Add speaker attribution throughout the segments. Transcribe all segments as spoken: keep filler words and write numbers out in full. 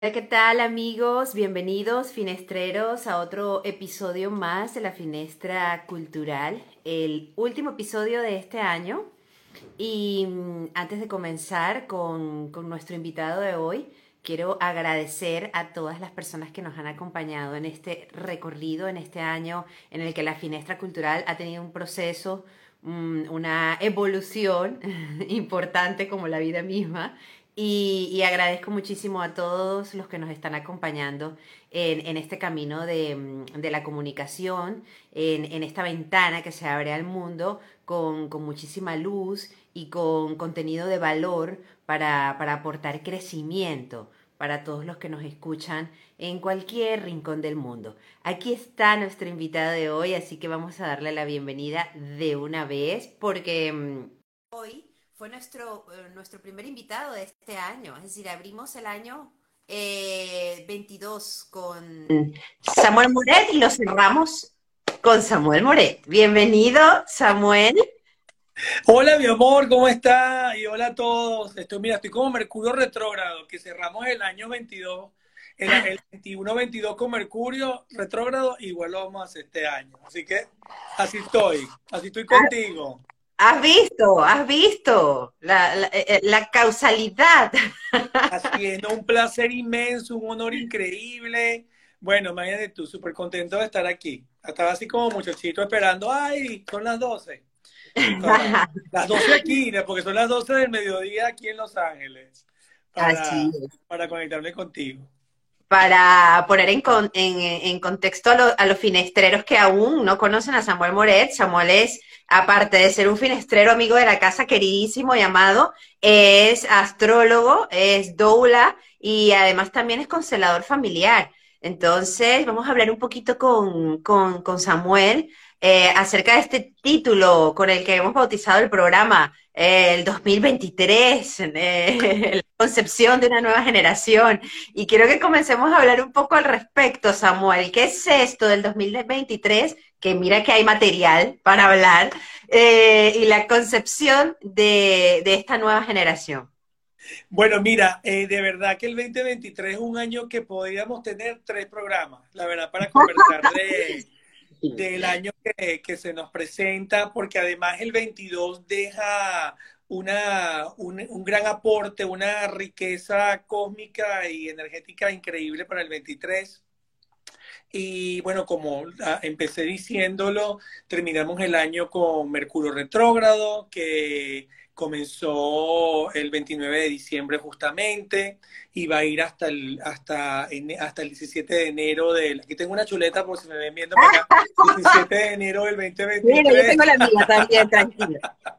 Speaker 1: Hola, ¿qué tal amigos? Bienvenidos finestreros a otro episodio más de la Finestra Cultural, el último episodio de este año. Y mm, antes de comenzar con, con nuestro invitado de hoy, quiero agradecer a todas las personas que nos han acompañado en este recorrido, en este año en el que la Finestra Cultural ha tenido un proceso, mm, una evolución importante como la vida misma. Y, y agradezco muchísimo a todos los que nos están acompañando en, en este camino de, mm, de la comunicación, en, en esta ventana que se abre al mundo con, con muchísima luz y con contenido de valor para, para aportar crecimiento para todos los que nos escuchan en cualquier rincón del mundo. Aquí está nuestro invitado de hoy, así que vamos a darle la bienvenida de una vez, porque mm, hoy fue nuestro, eh, nuestro primer invitado de este año, es decir, abrimos el año eh, veintidós con Samuel Moret y lo cerramos con Samuel Moret. Bienvenido, Samuel.
Speaker 2: Hola, mi amor, ¿cómo está? Y hola a todos. Estoy, mira, estoy como Mercurio retrógrado, que cerramos el año veintidós, el, el veintiuno veintidós con Mercurio retrógrado, igual lo vamos a hacer este año. Así que así estoy, así estoy contigo.
Speaker 1: Has visto, has visto la, la, eh, la causalidad.
Speaker 2: Así es, ¿no? Un placer inmenso, un honor increíble. Bueno, imagínate tú, súper contento de estar aquí. Estaba así como muchachito esperando, ay, son las doce. Para, las doce aquí, ¿no? Porque son las doce del mediodía aquí en Los Ángeles,
Speaker 1: Así
Speaker 2: para,
Speaker 1: es.
Speaker 2: para conectarme contigo.
Speaker 1: Para poner en, con, en, en contexto a, lo, a, los finestreros que aún no conocen a Samuel Moret, Samuel es, aparte de ser un finestrero amigo de la casa queridísimo y amado, es astrólogo, es doula y además también es constelador familiar. Entonces, vamos a hablar un poquito con, con, con Samuel eh, acerca de este título con el que hemos bautizado el programa, eh, el dos mil veintitrés, eh, la concepción de una nueva generación. Y quiero que comencemos a hablar un poco al respecto, Samuel. ¿Qué es esto del dos mil veintitrés? Que mira que hay material para hablar, eh, y la concepción de, de esta nueva generación.
Speaker 2: Bueno, mira, eh, de verdad que el dos mil veintitrés es un año que podríamos tener tres programas, la verdad, para conversar de, del año que, que se nos presenta, porque además el veintidós deja una, un, un gran aporte, una riqueza cósmica y energética increíble para el veintitrés. Y bueno, como ah, empecé diciéndolo, terminamos el año con Mercurio retrógrado, que comenzó el veintinueve de diciembre justamente, y va a ir hasta el, hasta, hasta el diecisiete de enero del... Aquí tengo una chuleta por si me ven viendo para acá. diecisiete de enero del
Speaker 1: Mira, yo
Speaker 2: dos mil veintitrés.
Speaker 1: tengo la mía también, tranquila.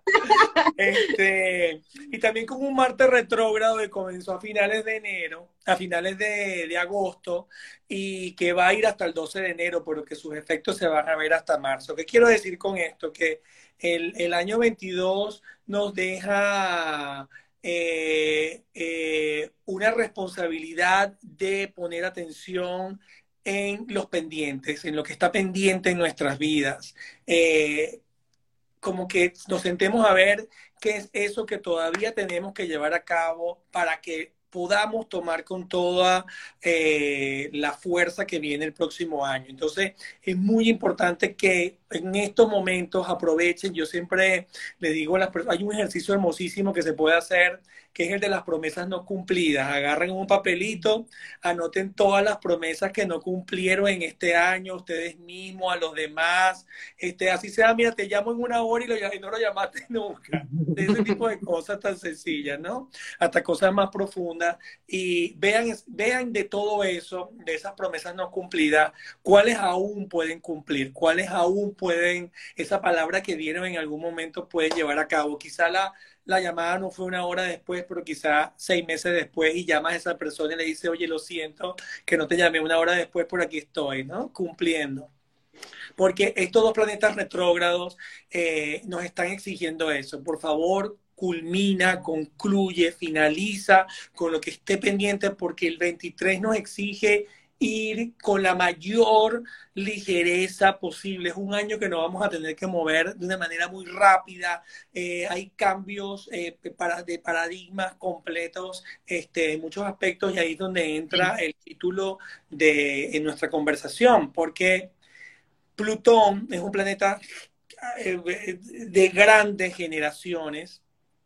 Speaker 2: Este, y también con un Marte retrógrado que comenzó a finales de enero, a finales de, de agosto, y que va a ir hasta el doce de enero, pero que sus efectos se van a ver hasta marzo. ¿Qué quiero decir con esto? Que el, el año veintidós nos deja eh, eh, una responsabilidad de poner atención en los pendientes, en lo que está pendiente en nuestras vidas. Eh, como que nos sentemos a ver qué es eso que todavía tenemos que llevar a cabo para que podamos tomar con toda eh, la fuerza que viene el próximo año. Entonces, es muy importante que en estos momentos aprovechen. Yo siempre le digo a las personas, hay un ejercicio hermosísimo que se puede hacer, que es el de las promesas no cumplidas. Agarren un papelito, anoten todas las promesas que no cumplieron en este año, ustedes mismos, a los demás, este, así sea, mira, te llamo en una hora y, lo, y no lo llamaste nunca. De ese tipo de cosas tan sencillas, ¿no? Hasta cosas más profundas. Y vean, vean de todo eso, de esas promesas no cumplidas, cuáles aún pueden cumplir, cuáles aún pueden, esa palabra que dieron en algún momento pueden llevar a cabo. Quizá la, la llamada no fue una hora después, pero quizá seis meses después y llamas a esa persona y le dice, oye, lo siento que no te llamé una hora después, por aquí estoy, ¿no? Cumpliendo. Porque estos dos planetas retrógrados eh, nos están exigiendo eso. Por favor, culmina, concluye, finaliza con lo que esté pendiente, porque el veintitrés nos exige ir con la mayor ligereza posible. Es un año que nos vamos a tener que mover de una manera muy rápida. Eh, hay cambios eh, para, de paradigmas completos este, en muchos aspectos, y ahí es donde entra el título de en nuestra conversación, porque Plutón es un planeta eh, de grandes generaciones.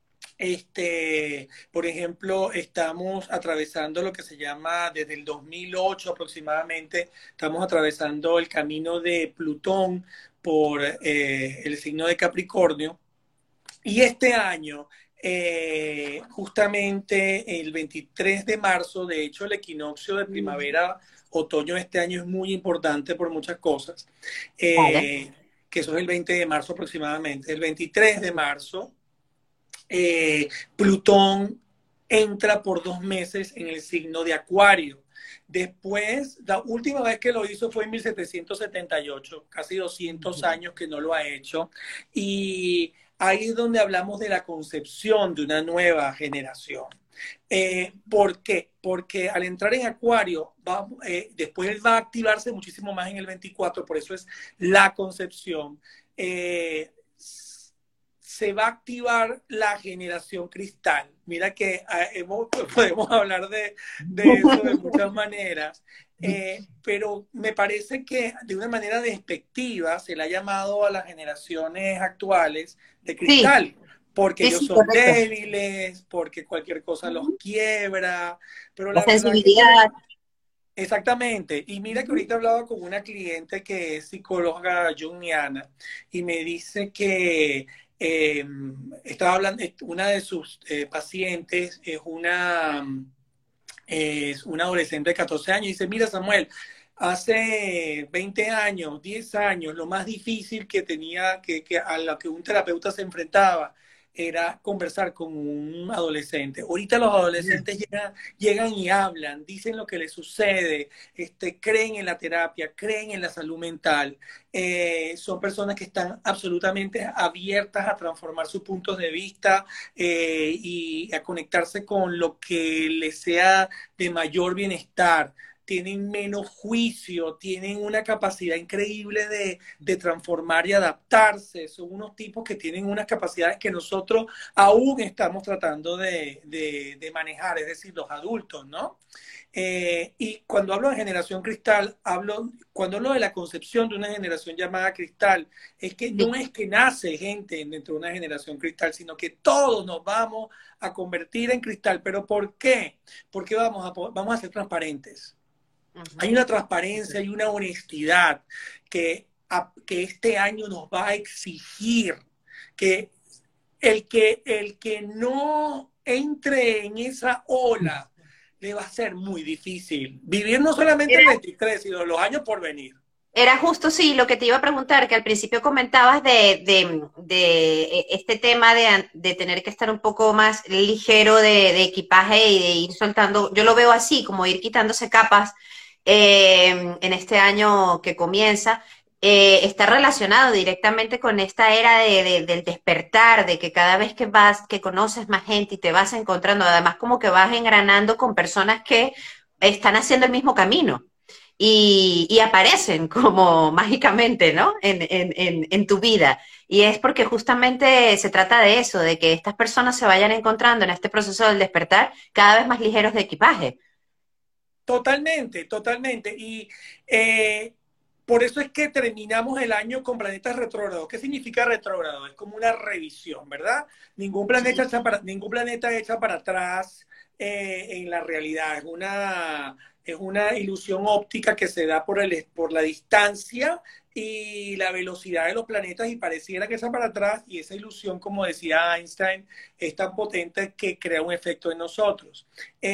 Speaker 2: Este, por ejemplo, estamos atravesando lo que se llama desde el dos mil ocho aproximadamente, estamos atravesando el camino de Plutón por eh, el signo de Capricornio. Y este año, eh, justamente el veintitrés de marzo, de hecho el equinoccio de primavera, otoño de este año es muy importante por muchas cosas,
Speaker 1: Vale.
Speaker 2: eh, que eso es el veinte de marzo aproximadamente. El veintitrés de marzo eh, Plutón entra por dos meses en el signo de Acuario. Después, la última vez que lo hizo fue en mil setecientos setenta y ocho, casi doscientos años que no lo ha hecho. Y ahí es donde hablamos de la concepción de una nueva generación. Eh, ¿Por qué? Porque al entrar en Acuario, va, eh, después él va a activarse muchísimo más en el veinticuatro, por eso es la concepción. Eh, se va a activar la generación cristal. Mira que eh, hemos, podemos hablar de, de, eso de muchas maneras, eh, pero me parece que de una manera despectiva se le ha llamado a las generaciones actuales de
Speaker 1: Sí,
Speaker 2: cristal, porque
Speaker 1: sí,
Speaker 2: ellos
Speaker 1: sí,
Speaker 2: son
Speaker 1: correcto.
Speaker 2: débiles, porque cualquier cosa los quiebra, pero
Speaker 1: La
Speaker 2: la verdad que
Speaker 1: sensibilidad.
Speaker 2: exactamente. Y mira que ahorita hablaba con una cliente que es psicóloga junguiana y me dice que eh, estaba hablando, una de sus eh, pacientes es una, es una adolescente de catorce años y dice, mira Samuel, hace veinte años, diez años, lo más difícil que tenía, que, que a lo que un terapeuta se enfrentaba era conversar con un adolescente. Ahorita los adolescentes llegan, llegan y hablan, dicen lo que les sucede, este, creen en la terapia, creen en la salud mental. Eh, son personas que están absolutamente abiertas a transformar sus puntos de vista eh, y a conectarse con lo que les sea de mayor bienestar, tienen menos juicio, tienen una capacidad increíble de, de, transformar y adaptarse. Son unos tipos que tienen unas capacidades que nosotros aún estamos tratando de, de, de manejar, es decir, los adultos, ¿no? Eh, y cuando hablo de generación cristal, hablo, cuando hablo de la concepción de una generación llamada cristal, es que
Speaker 1: Sí.
Speaker 2: no es que nace gente dentro de una generación cristal, sino que todos nos vamos a convertir en cristal. ¿Pero por qué? Porque vamos a, vamos a ser transparentes. Hay
Speaker 1: Ujú.
Speaker 2: una transparencia y una honestidad que, a, que este año nos va a exigir que el, que el que no entre en esa ola le va a ser muy difícil vivir no solamente el
Speaker 1: Era,
Speaker 2: veintitrés, sino los años por venir.
Speaker 1: era justo, sí, lo que te iba a preguntar, que al principio comentabas de, de, de este tema de, de, tener que estar un poco más ligero de, de, equipaje y de ir soltando, yo lo veo así, como ir quitándose capas eh, en este año que comienza. Eh, está relacionado directamente con esta era de, de, del despertar, de que cada vez que vas, que conoces más gente y te vas encontrando, además como que vas engranando con personas que están haciendo el mismo camino y, y aparecen como mágicamente, ¿no? En, en, en, en tu vida. Y es porque justamente se trata de eso, de que estas personas se vayan encontrando en este proceso del despertar cada vez más ligeros de equipaje.
Speaker 2: Totalmente, totalmente. Y eh, por eso es que terminamos el año con planetas retrógrados. ¿Qué significa retrógrado? Es como una revisión, ¿verdad? Ningún planeta
Speaker 1: Sí.
Speaker 2: echa para, ningún planeta echa para atrás eh, en la realidad. Es una, es una ilusión óptica que se da por, el, por la distancia y la velocidad de los planetas y pareciera que echa para atrás y esa ilusión, como decía Einstein, es tan potente que crea un efecto en nosotros.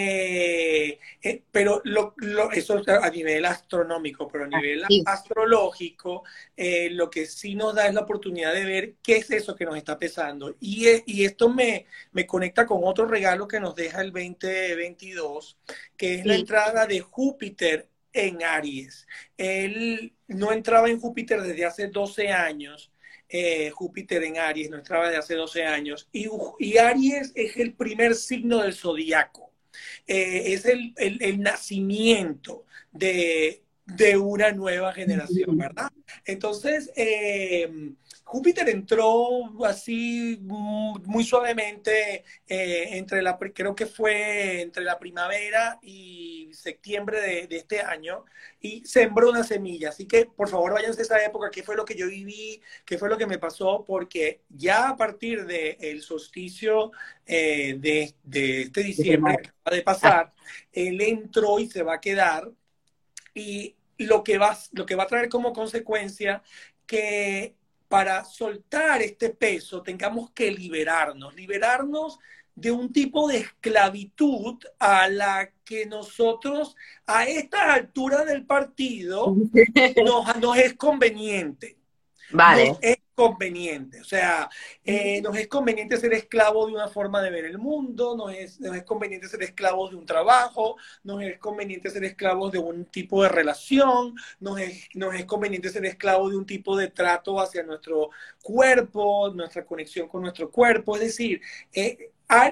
Speaker 2: Eh, eh, pero lo, lo, eso a nivel astronómico, pero a nivel
Speaker 1: Sí.
Speaker 2: astrológico, eh, lo que sí nos da es la oportunidad de ver qué es eso que nos está pesando. Y, y esto me, me conecta con otro regalo que nos deja el veinte veintidós, que es la
Speaker 1: Sí.
Speaker 2: entrada de Júpiter en Aries. Él no entraba en Júpiter desde hace doce años. Eh, Júpiter en Aries no entraba desde hace doce años. Y, y Aries es el primer signo del zodiaco. Eh, es el, el, el nacimiento de, de una nueva generación, ¿verdad? Entonces, eh, Júpiter entró así muy suavemente eh, entre la, creo que fue entre la primavera y septiembre de, de este año y sembró una semilla. Así que por favor váyanse a esa época, qué fue lo que yo viví, qué fue lo que me pasó, porque ya a partir del solsticio eh, de, de este diciembre que acaba de pasar, él entró y se va a quedar y lo que va, lo que va a traer como consecuencia que para soltar este peso tengamos que liberarnos, liberarnos de un tipo de esclavitud a la que nosotros a estas alturas del partido nos, nos es conveniente. Nos
Speaker 1: Vale.
Speaker 2: es conveniente, o sea, eh, nos es conveniente ser esclavos de una forma de ver el mundo, nos es, nos es conveniente ser esclavos de un trabajo, nos es conveniente ser esclavos de un tipo de relación, nos es, nos es conveniente ser esclavos de un tipo de trato hacia nuestro cuerpo, nuestra conexión con nuestro cuerpo, es decir, eh,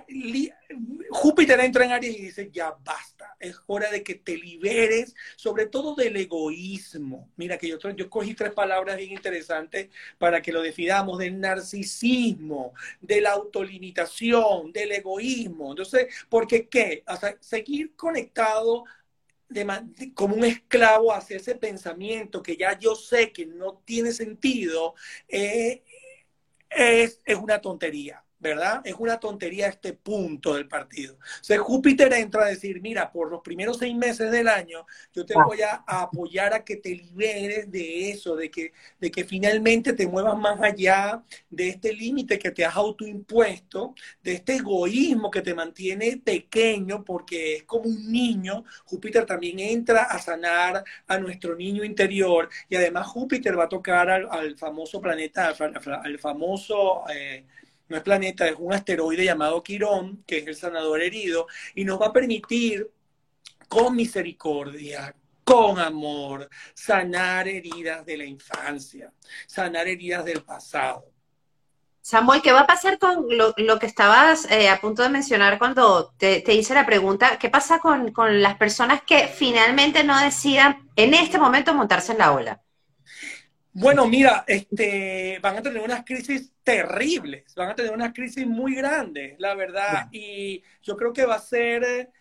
Speaker 2: Júpiter entra en Aries y dice, ya basta, es hora de que te liberes, sobre todo del egoísmo. Mira que yo, yo cogí tres palabras bien interesantes para que lo definamos, del narcisismo, de la autolimitación, del egoísmo. Entonces, ¿porque qué? O sea, seguir conectado de, de, como un esclavo hacia ese pensamiento que ya yo sé que no tiene sentido, eh, es, es una tontería. ¿Verdad? Es una tontería este punto del partido. O sea, Júpiter entra a decir, mira, por los primeros seis meses del año, yo te voy a, a apoyar a que te liberes de eso, de que, de que finalmente te muevas más allá de este límite que te has autoimpuesto, de este egoísmo que te mantiene pequeño, porque es como un niño. Júpiter también entra a sanar a nuestro niño interior, y además Júpiter va a tocar al, al famoso planeta, al, al famoso... Eh, no es planeta, es un asteroide llamado Quirón, que es el sanador herido, y nos va a permitir, con misericordia, con amor, sanar heridas de la infancia, sanar heridas del pasado.
Speaker 1: Samuel, ¿qué va a pasar con lo, lo que estabas eh, a punto de mencionar cuando te, te hice la pregunta? ¿Qué pasa con, con las personas que finalmente no decidan en este momento montarse en la ola?
Speaker 2: Bueno, mira, este, van a tener unas crisis terribles, van a tener unas crisis muy grandes, la verdad, y yo creo que va a ser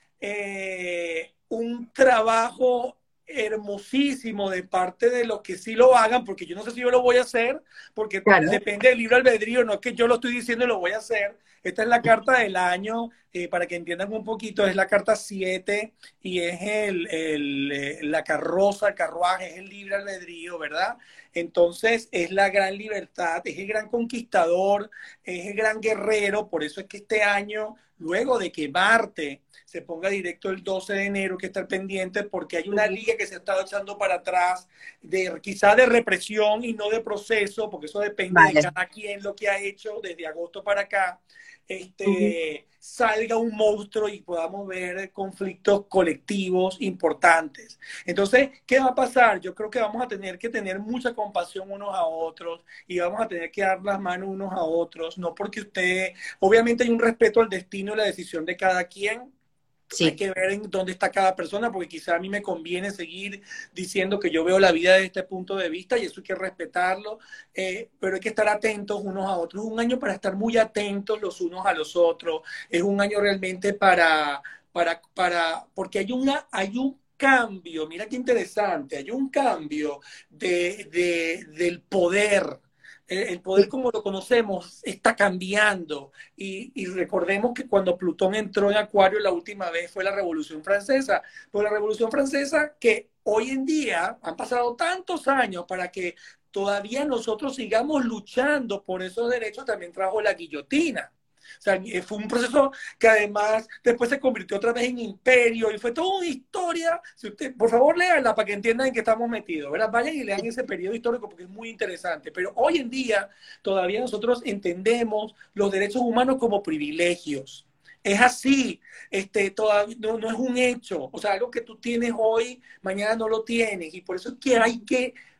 Speaker 2: eh, un trabajo hermosísimo de parte de los que sí lo hagan, porque yo no sé si yo lo voy a hacer, porque
Speaker 1: Claro.
Speaker 2: depende del libre albedrío, no es que yo lo estoy diciendo y lo voy a hacer. Esta es la carta del año, eh, para que entiendan un poquito, es la carta siete y es el, el, eh, la carroza, el carruaje, es el libre albedrío, ¿verdad? Entonces es la gran libertad, es el gran conquistador, es el gran guerrero, por eso es que este año, luego de que Marte se ponga directo el doce de enero, que estar pendiente, porque hay una liga que se ha estado echando para atrás, de, quizá de represión y no de proceso, porque eso depende vale. de cada quien lo que ha hecho desde agosto para acá, este, uh-huh. salga un monstruo y podamos ver conflictos colectivos importantes. Entonces, ¿qué va a pasar? Yo creo que vamos a tener que tener mucha compasión unos a otros y vamos a tener que dar las manos unos a otros, no porque usted, obviamente hay un respeto al destino y la decisión de cada quien. Sí. Hay que ver en dónde está cada persona, porque quizá a mí me conviene seguir diciendo que yo veo la vida desde este punto de vista y eso hay que respetarlo, eh, pero hay que estar atentos unos a otros. Es un año para estar muy atentos los unos a los otros, es un año realmente para, para, para porque hay, una, hay un cambio, mira qué interesante, hay un cambio de, de, del poder. El poder como lo conocemos está cambiando y, y recordemos que cuando Plutón entró en Acuario la última vez fue la Revolución Francesa, pues la Revolución Francesa que hoy en día han pasado tantos años para que todavía nosotros sigamos luchando por esos derechos, también trajo la guillotina. O sea, fue un proceso que además después se convirtió otra vez en imperio y fue toda una historia. Si usted, por favor, léanla para que entiendan en qué estamos metidos, ¿verdad? Vayan y lean ese periodo histórico porque es muy interesante. Pero hoy en día todavía nosotros entendemos los derechos humanos como privilegios. Es así, este, todavía, no, no es un hecho. O sea, algo que tú tienes hoy, mañana no lo tienes. Y por eso es que hay que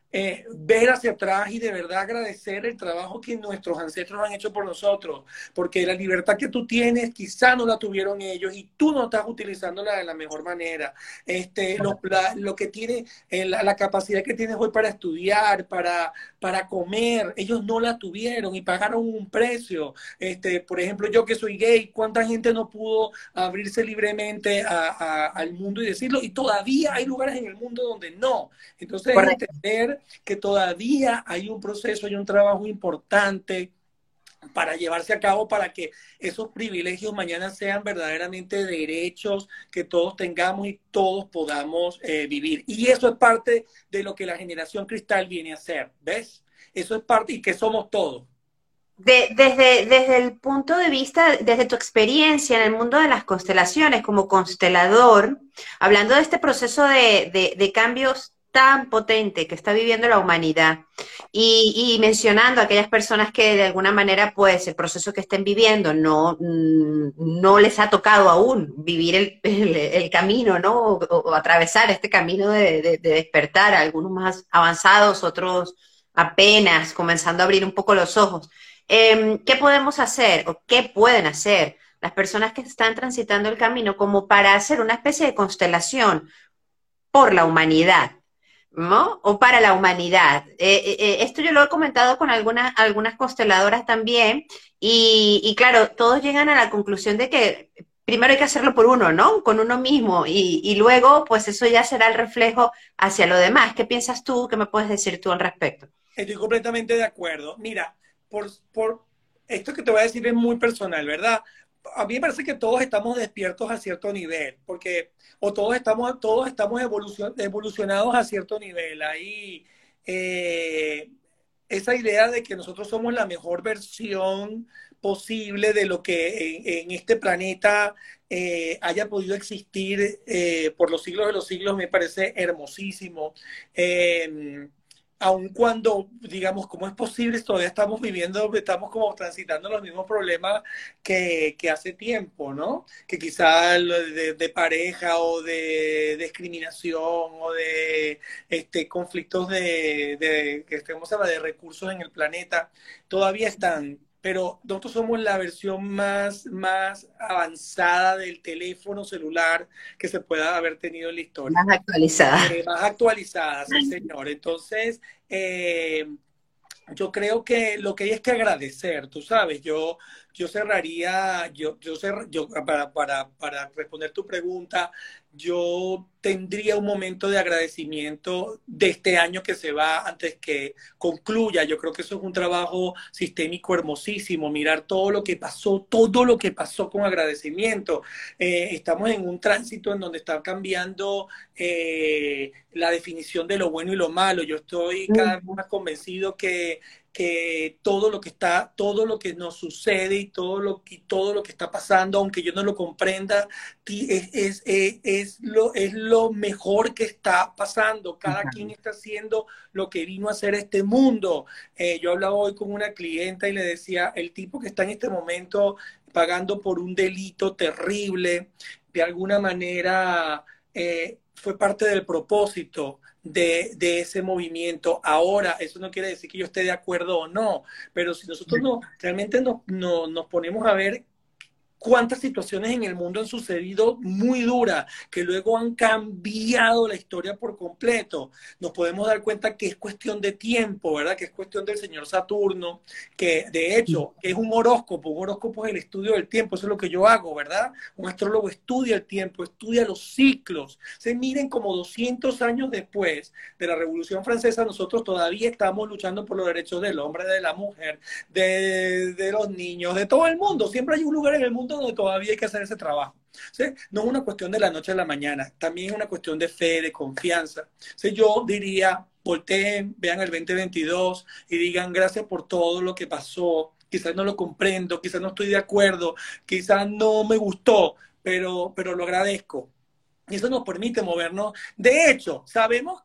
Speaker 2: eh, ver hacia atrás y de verdad agradecer el trabajo que nuestros ancestros han hecho por nosotros, porque la libertad que tú tienes quizá no la tuvieron ellos y tú no estás utilizándola de la mejor manera. Este, lo, la, lo que tiene, eh, la, la, capacidad que tienes hoy para estudiar, para, para comer, ellos no la tuvieron y pagaron un precio. Este, por ejemplo, yo que soy gay, ¿cuánta gente no pudo abrirse libremente a, a, al mundo y decirlo? Y todavía hay lugares en el mundo donde no. Entonces,
Speaker 1: Correcto.
Speaker 2: entender que todavía hay un proceso y un trabajo importante para llevarse a cabo para que esos privilegios mañana sean verdaderamente derechos que todos tengamos y todos podamos eh, vivir. Y eso es parte de lo que la generación cristal viene a hacer, ¿ves? Eso es parte y que somos todos.
Speaker 1: De, desde, desde el punto de vista, desde tu experiencia en el mundo de las constelaciones como constelador, hablando de este proceso de, de, de cambios tan potente que está viviendo la humanidad y, y mencionando a aquellas personas que de alguna manera pues el proceso que estén viviendo no, no les ha tocado aún vivir el, el, el camino, ¿no? O, o atravesar este camino de, de, de despertar, algunos más avanzados, otros apenas comenzando a abrir un poco los ojos. Eh, ¿Qué podemos hacer o qué pueden hacer las personas que están transitando el camino como para hacer una especie de constelación por la humanidad, ¿no? O para la humanidad? Eh, eh, esto yo lo he comentado con algunas, algunas consteladoras también y, y claro, todos llegan a la conclusión de que primero hay que hacerlo por uno, ¿no? Con uno mismo y, y luego pues eso ya será el reflejo hacia lo demás. ¿Qué piensas tú? ¿Qué me puedes decir tú al respecto?
Speaker 2: Estoy completamente de acuerdo. Mira, por, por esto que te voy a decir es muy personal, ¿verdad? A mí me parece que todos estamos despiertos a cierto nivel, porque o todos estamos, todos estamos evolucion, evolucionados a cierto nivel. Ahí eh, esa idea de que nosotros somos la mejor versión posible de lo que en, en este planeta eh, haya podido existir eh, por los siglos de los siglos me parece hermosísimo. Eh, aun cuando, digamos, ¿cómo es posible? Todavía estamos viviendo, estamos como transitando los mismos problemas que, que hace tiempo, ¿no? Que quizá de, de pareja o de, de discriminación o de este, conflictos de, de, de, ¿cómo se llama? De recursos en el planeta, todavía están. Pero nosotros somos la versión más, más avanzada del teléfono celular que se pueda haber tenido en la historia.
Speaker 1: Más actualizada.
Speaker 2: Eh, más actualizada, sí, señor. Entonces, eh, yo creo que lo que hay es que agradecer, tú sabes, yo, yo cerraría, yo, yo, cer, yo para, para, para responder tu pregunta, yo tendría un momento de agradecimiento de este año que se va antes que concluya. Yo creo que eso es un trabajo sistémico hermosísimo, mirar todo lo que pasó, todo lo que pasó con agradecimiento. Eh, estamos en un tránsito en donde está cambiando eh, la definición de lo bueno y lo malo. Yo estoy cada vez más convencido que que todo lo que está, todo lo que nos sucede y todo lo, y todo lo que está pasando, aunque yo no lo comprenda, es, es, es, es, lo, es lo mejor que está pasando. Cada uh-huh. quien está haciendo lo que vino a hacer este mundo. Eh, yo hablaba hoy con una clienta y le decía, el tipo que está en este momento pagando por un delito terrible, de alguna manera eh, fue parte del propósito de, de ese movimiento. Ahora, eso no quiere decir que yo esté de acuerdo o no, pero si nosotros no, realmente no, no, nos ponemos a ver cuántas situaciones en el mundo han sucedido muy duras, que luego han cambiado la historia por completo. Nos podemos dar cuenta que es cuestión de tiempo, ¿verdad? Que es cuestión del señor Saturno, que de hecho es un horóscopo. Un horóscopo es el estudio del tiempo, eso es lo que yo hago, ¿verdad? Un astrólogo estudia el tiempo, estudia los ciclos. Se miren como doscientos años después de la Revolución Francesa, nosotros todavía estamos luchando por los derechos del hombre, de la mujer, de, de los niños, de todo el mundo. Siempre hay un lugar en el mundo donde todavía hay que hacer ese trabajo. ¿Sí? No es una cuestión de la noche a la mañana, también es una cuestión de fe, de confianza. ¿Sí? Yo diría, volteen, vean el veinte veintidós y digan gracias por todo lo que pasó. Quizás no lo comprendo, quizás no estoy de acuerdo, quizás no me gustó, pero, pero lo agradezco. Y eso nos permite movernos. De hecho, sabemos que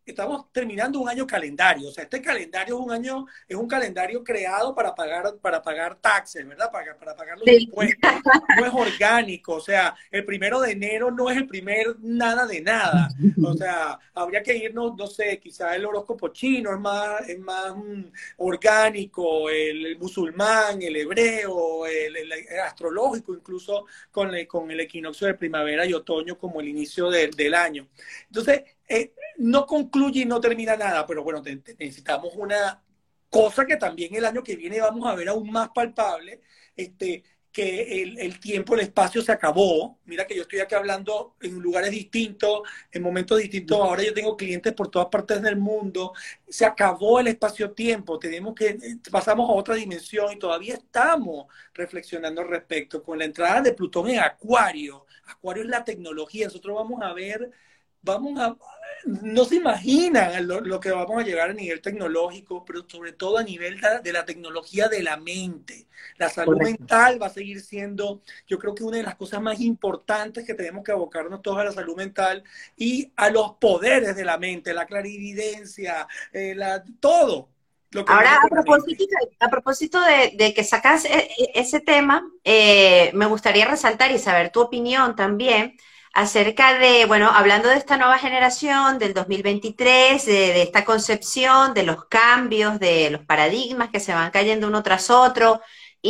Speaker 2: estamos terminando un año calendario. O sea, este calendario es un año, es un calendario creado para pagar, para pagar taxes, ¿verdad? Para, para pagar los
Speaker 1: Sí.
Speaker 2: impuestos. No es orgánico. O sea, el primero de enero no es el primer nada de nada. O sea, habría que irnos, no sé, quizá el horóscopo chino es más, es más mm, orgánico, el, el musulmán, el hebreo, el, el, el astrológico, incluso con el, con el equinoccio de primavera y otoño como el inicio de, del año. Entonces, eh, no concluye y no termina nada, pero bueno, te, te necesitamos una cosa que también el año que viene vamos a ver aún más palpable, este, que el, el tiempo, el espacio se acabó. Mira que yo estoy aquí hablando en lugares distintos, en momentos distintos. Ahora yo tengo clientes por todas partes del mundo. Se acabó el espacio-tiempo. Tenemos que, pasamos a otra dimensión y todavía estamos reflexionando al respecto. Con la entrada de Plutón en Acuario. Acuario es la tecnología. Nosotros vamos a ver, vamos a, no se imaginan lo, lo que vamos a llegar a nivel tecnológico, pero sobre todo a nivel de, de la tecnología de la mente. La salud
Speaker 1: Correcto.
Speaker 2: mental va a seguir siendo, yo creo que una de las cosas más importantes que tenemos que abocarnos todos a la salud mental y a los poderes de la mente, la clarividencia, eh, la, todo lo que
Speaker 1: Ahora,
Speaker 2: viene
Speaker 1: a
Speaker 2: con la
Speaker 1: propósito,
Speaker 2: mente.
Speaker 1: a propósito de, de que sacas e- e- ese tema, eh, me gustaría resaltar y saber tu opinión también acerca de, bueno, hablando de esta nueva generación del dos mil veintitrés, de, de esta concepción, de los cambios, de los paradigmas que se van cayendo uno tras otro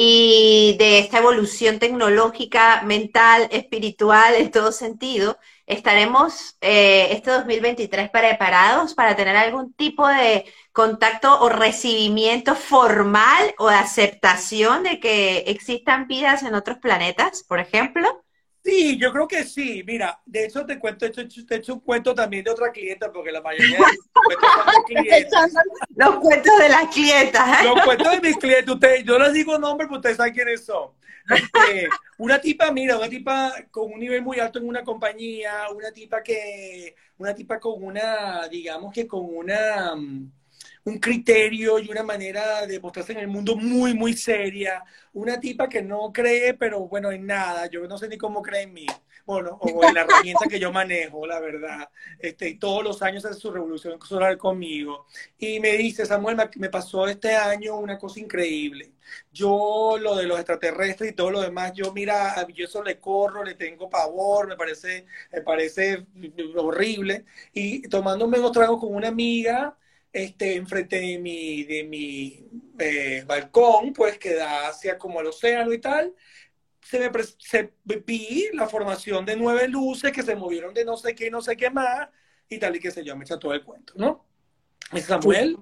Speaker 1: y de esta evolución tecnológica, mental, espiritual, en todo sentido. ¿Estaremos eh, este dos mil veintitrés preparados para tener algún tipo de contacto o recibimiento formal o de aceptación de que existan vidas en otros planetas, por ejemplo?
Speaker 2: Sí, yo creo que sí. Mira, de hecho te cuento, te he hecho, te he hecho un cuento también de otra clienta, porque la mayoría de mis cuentos son de
Speaker 1: Echando
Speaker 2: clientes.
Speaker 1: los cuentos de las clientas, ¿eh?
Speaker 2: Los cuentos de mis clientes, ustedes, yo les digo nombres, pero ustedes saben quiénes son. Este, una tipa, mira, una tipa con un nivel muy alto en una compañía, una tipa que, una tipa con una, digamos que con una, um, un criterio y una manera de mostrarse en el mundo muy, muy seria. Una tipa que no cree, pero bueno, en nada. Yo no sé ni cómo cree en mí. Bueno, o en la herramienta que yo manejo, la verdad. Este, y todos los años hace su revolución solar conmigo. Y me dice, Samuel, me, me pasó este año una cosa increíble. Yo, lo de los extraterrestres y todo lo demás, yo, mira, yo eso le corro, le tengo pavor, me parece, me parece horrible. Y tomándome unos tragos con una amiga, este, enfrente de mi, de mi eh, balcón, pues que da hacia como el océano y tal, se me se, vi la formación de nueve luces que se movieron de no sé qué, no sé qué más, y tal y qué sé yo, me echa todo el cuento, ¿no? Y
Speaker 1: Sí.
Speaker 2: Samuel,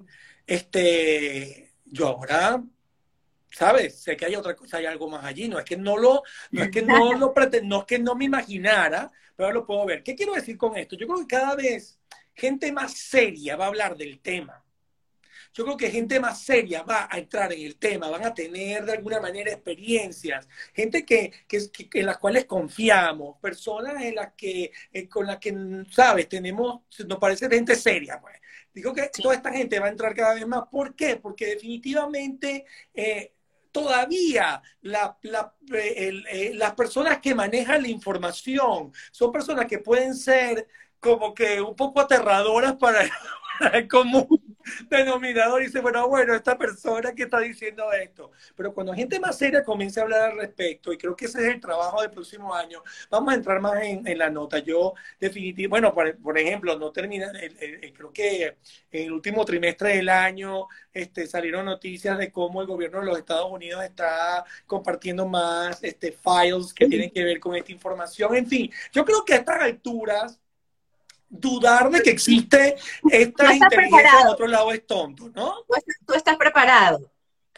Speaker 2: este, yo ahora, ¿sabes? Sé que hay otra cosa, hay algo más allí, no es que no lo, no es que no lo pretendo, no es que no me imaginara, pero ahora lo puedo ver. ¿Qué quiero decir con esto? Yo creo que cada vez gente más seria va a hablar del tema. Yo creo que gente más seria va a entrar en el tema, van a tener de alguna manera experiencias, gente que, que, que en las cuales confiamos, personas en las que, eh, con las que, sabes, tenemos, nos parece gente seria, pues. Digo que
Speaker 1: Sí.
Speaker 2: toda esta gente va a entrar cada vez más. ¿Por qué? Porque definitivamente eh, todavía la, la, el, eh, las personas que manejan la información son personas que pueden ser como que un poco aterradoras para, para el común denominador y dice, bueno, bueno, esta persona que está diciendo esto. Pero cuando gente más seria comienza a hablar al respecto, y creo que ese es el trabajo del próximo año, vamos a entrar más en, en la nota. Yo, definitivamente, bueno, por, por, ejemplo, no termina, el, el, el, creo que en el último trimestre del año este, salieron noticias de cómo el gobierno de los Estados Unidos está compartiendo más este, files que tienen que ver con esta información. En fin, yo creo que a estas alturas dudar de que existe
Speaker 1: ¿Tú
Speaker 2: esta
Speaker 1: estás
Speaker 2: inteligencia en
Speaker 1: preparado?
Speaker 2: otro lado es tonto, ¿no?
Speaker 1: ¿Tú estás, tú estás preparado?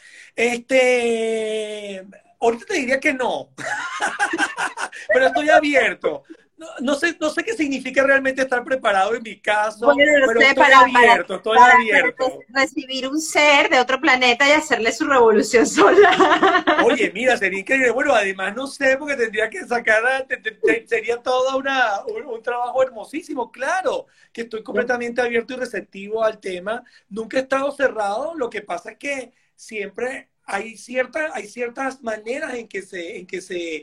Speaker 2: Este, ahorita te diría que no, pero estoy abierto. No, no sé, no sé qué significa realmente estar preparado en mi caso,
Speaker 1: Bueno, no
Speaker 2: pero
Speaker 1: sé,
Speaker 2: estoy
Speaker 1: para, para,
Speaker 2: abierto, estoy
Speaker 1: para, para
Speaker 2: abierto.
Speaker 1: recibir un ser de otro planeta y hacerle su revolución solar.
Speaker 2: Oye, mira, sería increíble. Bueno, además no sé, porque tendría que sacar, a, te, te, te, sería todo una, un, un trabajo hermosísimo. Claro, que estoy completamente abierto y receptivo al tema. Nunca he estado cerrado. Lo que pasa es que siempre hay, cierta, hay ciertas maneras en que se, en que se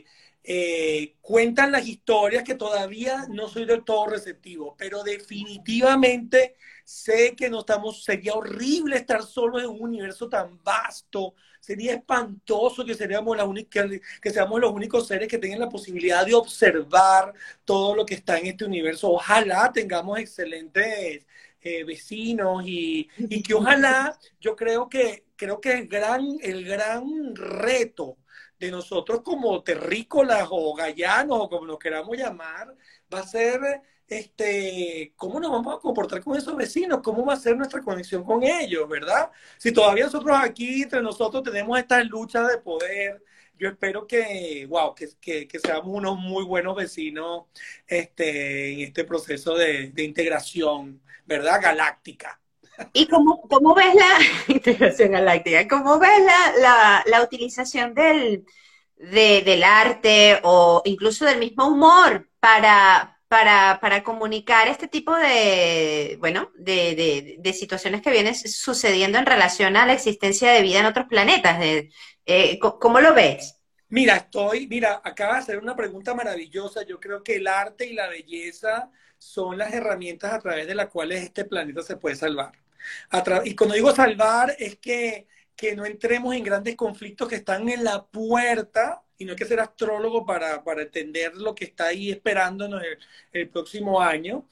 Speaker 2: eh, cuentan las historias que todavía no soy del todo receptivo, pero definitivamente sé que no estamos, sería horrible estar solos en un universo tan vasto, sería espantoso que, seríamos la única, que, que seamos los únicos seres que tengan la posibilidad de observar todo lo que está en este universo. Ojalá tengamos excelentes eh, vecinos y, y que ojalá, yo creo que, creo que el gran, el gran reto de nosotros como terrícolas o gallanos o como nos queramos llamar, va a ser este, cómo nos vamos a comportar con esos vecinos, cómo va a ser nuestra conexión con ellos, ¿verdad? Si todavía nosotros aquí entre nosotros tenemos estas luchas de poder, yo espero que, wow, que, que, que seamos unos muy buenos vecinos este, en este proceso de, de integración, ¿verdad? Galáctica.
Speaker 1: ¿Y cómo, cómo ves la integración galáctica? ¿Cómo ves la, la, la utilización del, de, del arte o incluso del mismo humor para, para, para comunicar este tipo de, bueno, de, de, de situaciones que vienen sucediendo en relación a la existencia de vida en otros planetas? De, eh, ¿cómo lo ves?
Speaker 2: Mira, estoy, mira, acaba de hacer una pregunta maravillosa. Yo creo que el arte y la belleza son las herramientas a través de las cuales este planeta se puede salvar. A tra- y cuando digo salvar es que, que no entremos en grandes conflictos que están en la puerta, y no hay que ser astrólogo para, para entender lo que está ahí esperándonos el, el próximo año.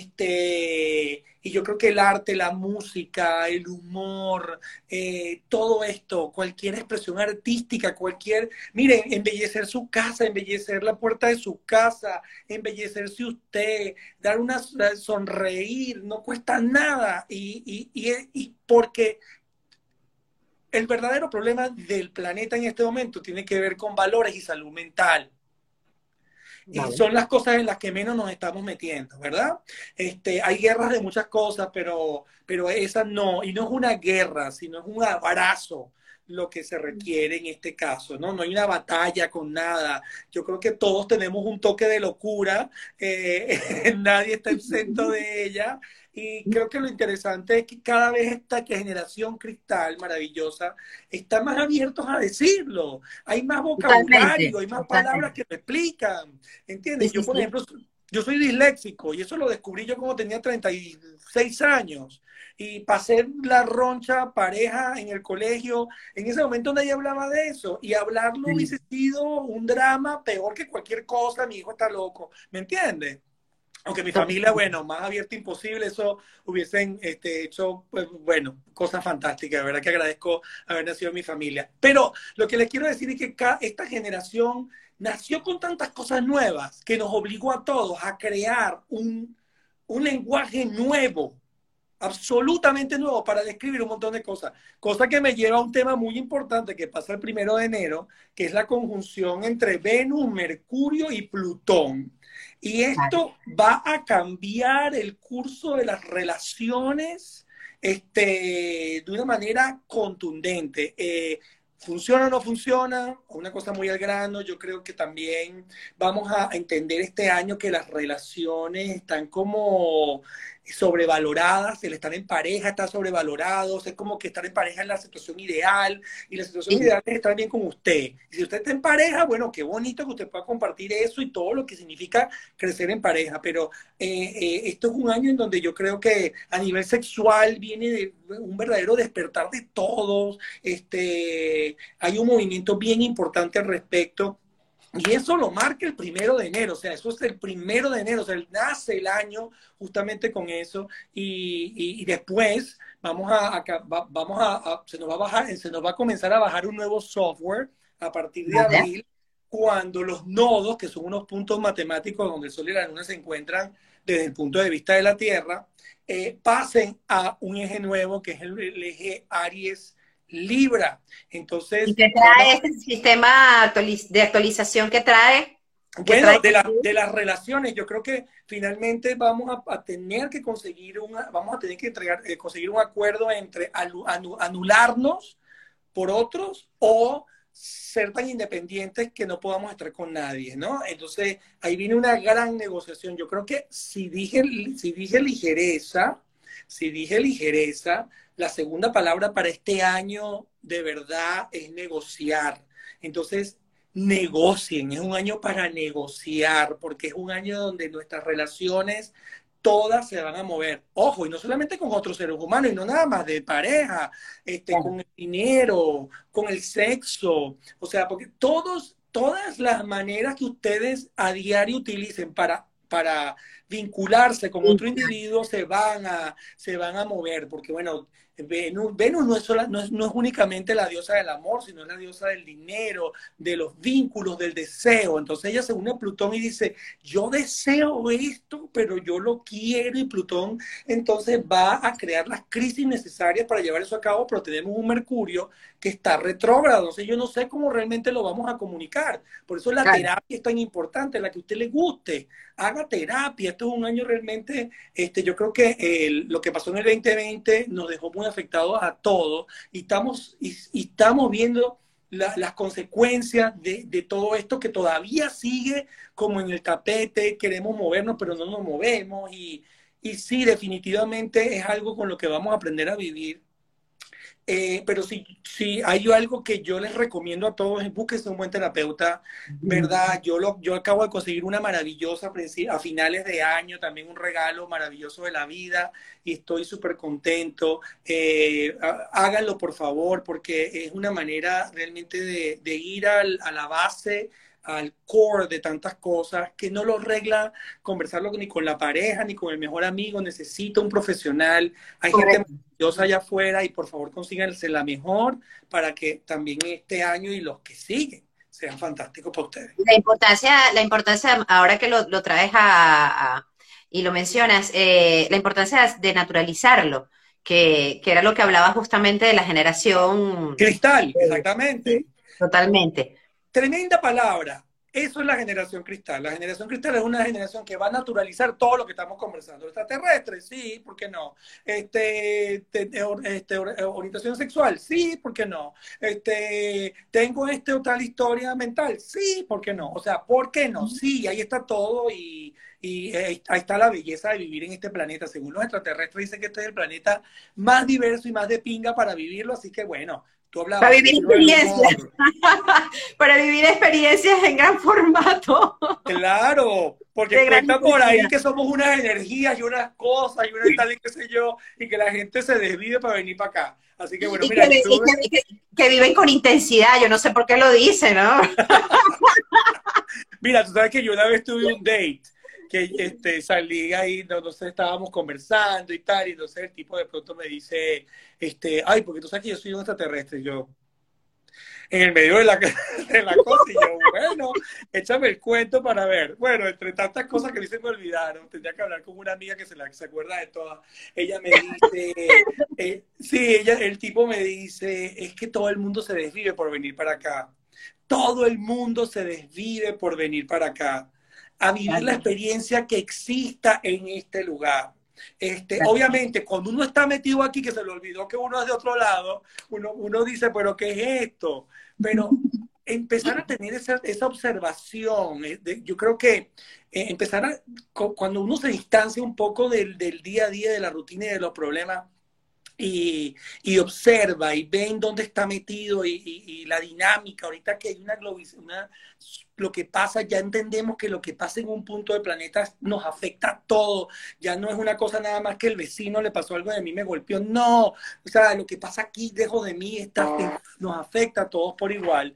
Speaker 2: Este, y yo creo que el arte, la música, el humor, eh, todo esto, cualquier expresión artística, cualquier, miren, embellecer su casa, embellecer la puerta de su casa, embellecerse usted, dar una sonreír, no cuesta nada. Y, y, y, y porque el verdadero problema del planeta en este momento tiene que ver con valores y salud mental. Y
Speaker 1: Vale.
Speaker 2: son las cosas en las que menos nos estamos metiendo, ¿verdad? Este, hay guerras de muchas cosas, pero, pero esa no. Y no es una guerra, sino es un abrazo lo que se requiere en este caso, ¿no? No hay una batalla con nada. Yo creo que todos tenemos un toque de locura, eh, nadie está exento de ella. Y creo que lo interesante es que cada vez esta generación cristal maravillosa está más abiertos a decirlo. Hay más vocabulario,
Speaker 1: Totalmente,
Speaker 2: hay más palabras
Speaker 1: totalmente.
Speaker 2: que lo explican.
Speaker 1: Sí,
Speaker 2: ¿Entiendes?
Speaker 1: sí,
Speaker 2: Yo, por
Speaker 1: sí.
Speaker 2: ejemplo, yo soy disléxico y eso lo descubrí yo cuando tenía treinta y seis años. Y pasé la roncha pareja en el colegio. En ese momento nadie hablaba de eso. Y hablarlo hubiese sido un drama peor que cualquier cosa. Mi hijo está loco. ¿Me entiendes? Aunque mi familia, bueno, más abierta imposible, eso hubiesen este, hecho, pues, bueno, cosas fantásticas, de verdad que agradezco haber nacido en mi familia. Pero lo que les quiero decir es que esta generación nació con tantas cosas nuevas que nos obligó a todos a crear un, un lenguaje nuevo, absolutamente nuevo para describir un montón de cosas. Cosa que me lleva a un tema muy importante que pasa el primero de enero, que es la conjunción entre Venus, Mercurio y Plutón. Y
Speaker 1: Vale.
Speaker 2: esto va a cambiar el curso de las relaciones este, de una manera contundente. Eh, ¿Funciona o no funciona? Una cosa muy al grano, yo creo que también vamos a entender este año que las relaciones están como sobrevaloradas, el estar en pareja está sobrevalorado, es como que estar en pareja es la situación ideal, y la situación
Speaker 1: Sí.
Speaker 2: ideal es estar bien con usted. Y si usted está en pareja, bueno, qué bonito que usted pueda compartir eso y todo lo que significa crecer en pareja, pero eh, eh, esto es un año en donde yo creo que a nivel sexual viene de un verdadero despertar de todos, este, hay un movimiento bien importante al respecto. Y eso lo marca el primero de enero, o sea, eso es el primero de enero, o sea, nace el año justamente con eso y, y, y después vamos a, a vamos a, a, se nos va a bajar, se nos va a comenzar a bajar un nuevo software a partir de
Speaker 1: Vale.
Speaker 2: abril, cuando los nodos, que son unos puntos matemáticos donde el Sol y la Luna se encuentran desde el punto de vista de la Tierra, eh, pasen a un eje nuevo que es el, el eje Aries Libra.
Speaker 1: ¿Y
Speaker 2: Entonces,
Speaker 1: qué
Speaker 2: vamos.
Speaker 1: trae este sistema actualiz- de actualización que trae? ¿Qué
Speaker 2: Bueno,
Speaker 1: trae
Speaker 2: de, la,
Speaker 1: consigo?
Speaker 2: de las relaciones, yo creo que finalmente vamos a, a tener que conseguir una, vamos a tener que entregar, eh, conseguir un acuerdo entre anu, anu, anularnos por otros o ser tan independientes que no podamos estar con nadie, ¿no? Entonces, ahí viene una gran negociación. Yo creo que si dije, si dije ligereza, si dije ligereza, la segunda palabra para este año de verdad es negociar. Entonces, negocien, es un año para negociar, porque es un año donde nuestras relaciones todas se van a mover. Ojo, y no solamente con otros seres humanos, y no nada más de pareja, este,
Speaker 1: Claro.
Speaker 2: con el dinero, con el sexo, o sea, porque todos, todas las maneras que ustedes a diario utilicen para, para vincularse con
Speaker 1: Sí,
Speaker 2: otro individuo se van a, se van a mover, porque bueno, Venus, Venus no, es sola, no, es, no es únicamente la diosa del amor, sino es la diosa del dinero, de los vínculos, del deseo. Entonces ella se une a Plutón y dice, yo deseo esto, pero yo lo quiero, y Plutón entonces va a crear las crisis necesarias para llevar eso a cabo, pero tenemos un Mercurio que está retrógrado, entonces yo no sé cómo realmente lo vamos a comunicar. Por eso la
Speaker 1: claro.
Speaker 2: terapia es tan importante, la que a usted le guste, haga terapia. Esto es un año realmente, este, yo creo que el, lo que pasó en el veinte veinte nos dejó muy afectados a todos, y estamos, y, y estamos viendo la, las consecuencias de, de, todo esto que todavía sigue como en el tapete. Queremos movernos, pero no nos movemos, y, y sí, definitivamente es algo con lo que vamos a aprender a vivir. Eh, pero si, si hay algo que yo les recomiendo a todos, es búsquense un buen terapeuta,
Speaker 1: Ujú.
Speaker 2: ¿verdad? Yo, lo, yo acabo de conseguir una maravillosa a finales de año, también un regalo maravilloso de la vida, y estoy súper contento. Eh, háganlo, por favor, porque es una manera realmente de, de ir al, a la base, al core de tantas cosas, que no lo arregla conversarlo ni con la pareja, ni con el mejor amigo. Necesita un profesional. Hay gente
Speaker 1: Correcto.
Speaker 2: maravillosa allá afuera, y por favor consíganse la mejor para que también este año y los que siguen sean fantásticos para ustedes.
Speaker 1: La importancia, la importancia, ahora que lo, lo traes a, a- y lo mencionas, eh, la importancia de naturalizarlo, que, que era lo que hablaba justamente de la generación.
Speaker 2: Cristal,
Speaker 1: eh,
Speaker 2: exactamente.
Speaker 1: sí, totalmente.
Speaker 2: Tremenda palabra. Eso es la generación cristal. La generación cristal es una generación que va a naturalizar todo lo que estamos conversando. Extraterrestres, sí, ¿por qué no? Este, te, este, orientación sexual, sí, ¿por qué no? Este, tengo este o tal historia mental, sí, ¿por qué no? O sea, ¿por qué no? Sí, ahí está todo, y, y ahí está la belleza de vivir en este planeta. Según los extraterrestres dicen que este es el planeta más diverso y más de pinga para vivirlo, así que bueno, tú
Speaker 1: Para
Speaker 2: hablabas del
Speaker 1: vivir
Speaker 2: signo del
Speaker 1: experiencias,
Speaker 2: humor.
Speaker 1: para vivir experiencias en gran formato,
Speaker 2: Claro, porque
Speaker 1: de gran
Speaker 2: cuentan por ahí
Speaker 1: intensidad.
Speaker 2: que somos unas energías y unas cosas y una tal y qué sé yo, y que la gente se desvive para venir para acá. Así que bueno,
Speaker 1: Y
Speaker 2: mira,
Speaker 1: que,
Speaker 2: yo
Speaker 1: vi- y
Speaker 2: tuve,
Speaker 1: que, y que- que viven con intensidad, yo no sé por qué lo dicen, ¿no?
Speaker 2: mira, tú sabes que yo una vez tuve un date, que este, salí ahí, no, no sé, estábamos conversando y tal, y entonces el tipo de pronto me dice, este, ay, porque tú sabes que yo soy un extraterrestre. Y yo, en el medio de la, de la cosa, y yo, bueno, échame el cuento para ver. Bueno, entre tantas cosas que a mí se me olvidaron, tendría que hablar con una amiga que se, la, se acuerda de todas. Ella me dice, eh, sí, ella, el tipo me dice, es que todo el mundo se desvive por venir para acá. Todo el mundo se desvive por venir para acá, a vivir la experiencia que exista en este lugar. Este, obviamente, cuando uno está metido aquí, que se le olvidó que uno es de otro lado, uno, uno dice, pero ¿qué es esto? Pero empezar a tener esa, esa observación, eh, de, yo creo que eh, empezar a, cuando uno se distancia un poco del, del día a día, de la rutina y de los problemas, y, y observa y ve en dónde está metido, y, y, y la dinámica. Ahorita que hay una, una, lo que pasa, ya entendemos que lo que pasa en un punto del planeta nos afecta a todo. Ya no es una cosa nada más que el vecino le pasó algo de mí, me golpeó. No, o sea, lo que pasa aquí dejo de mí está, nos afecta a todos por igual.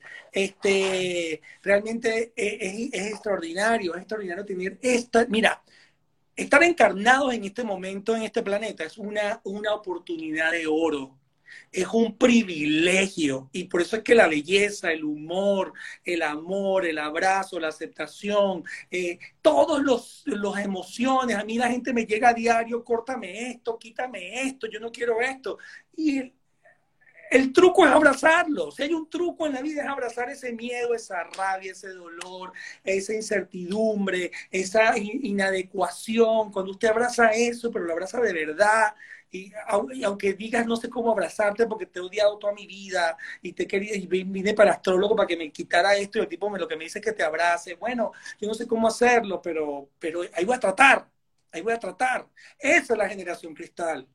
Speaker 2: Este, realmente es, es, es extraordinario, es extraordinario tener esta, mira, estar encarnados en este momento, en este planeta, es una, una oportunidad de oro. Es un privilegio, y por eso es que la belleza, el humor, el amor, el abrazo, la aceptación, eh, todos los, los emociones. A mí la gente me llega a diario, córtame esto, quítame esto, yo no quiero esto. Y el truco es abrazarlo. Si hay un truco en la vida, es abrazar ese miedo, esa rabia, ese dolor, esa incertidumbre, esa inadecuación. Cuando usted abraza eso, pero lo abraza de verdad, y, y aunque digas no sé cómo abrazarte porque te he odiado toda mi vida y te quería, y vine para el astrólogo para que me quitara esto, y el tipo me, lo que me dice es que te abrace. Bueno, yo no sé cómo hacerlo, pero, pero ahí voy a tratar, ahí voy a tratar. Esa es la generación cristal.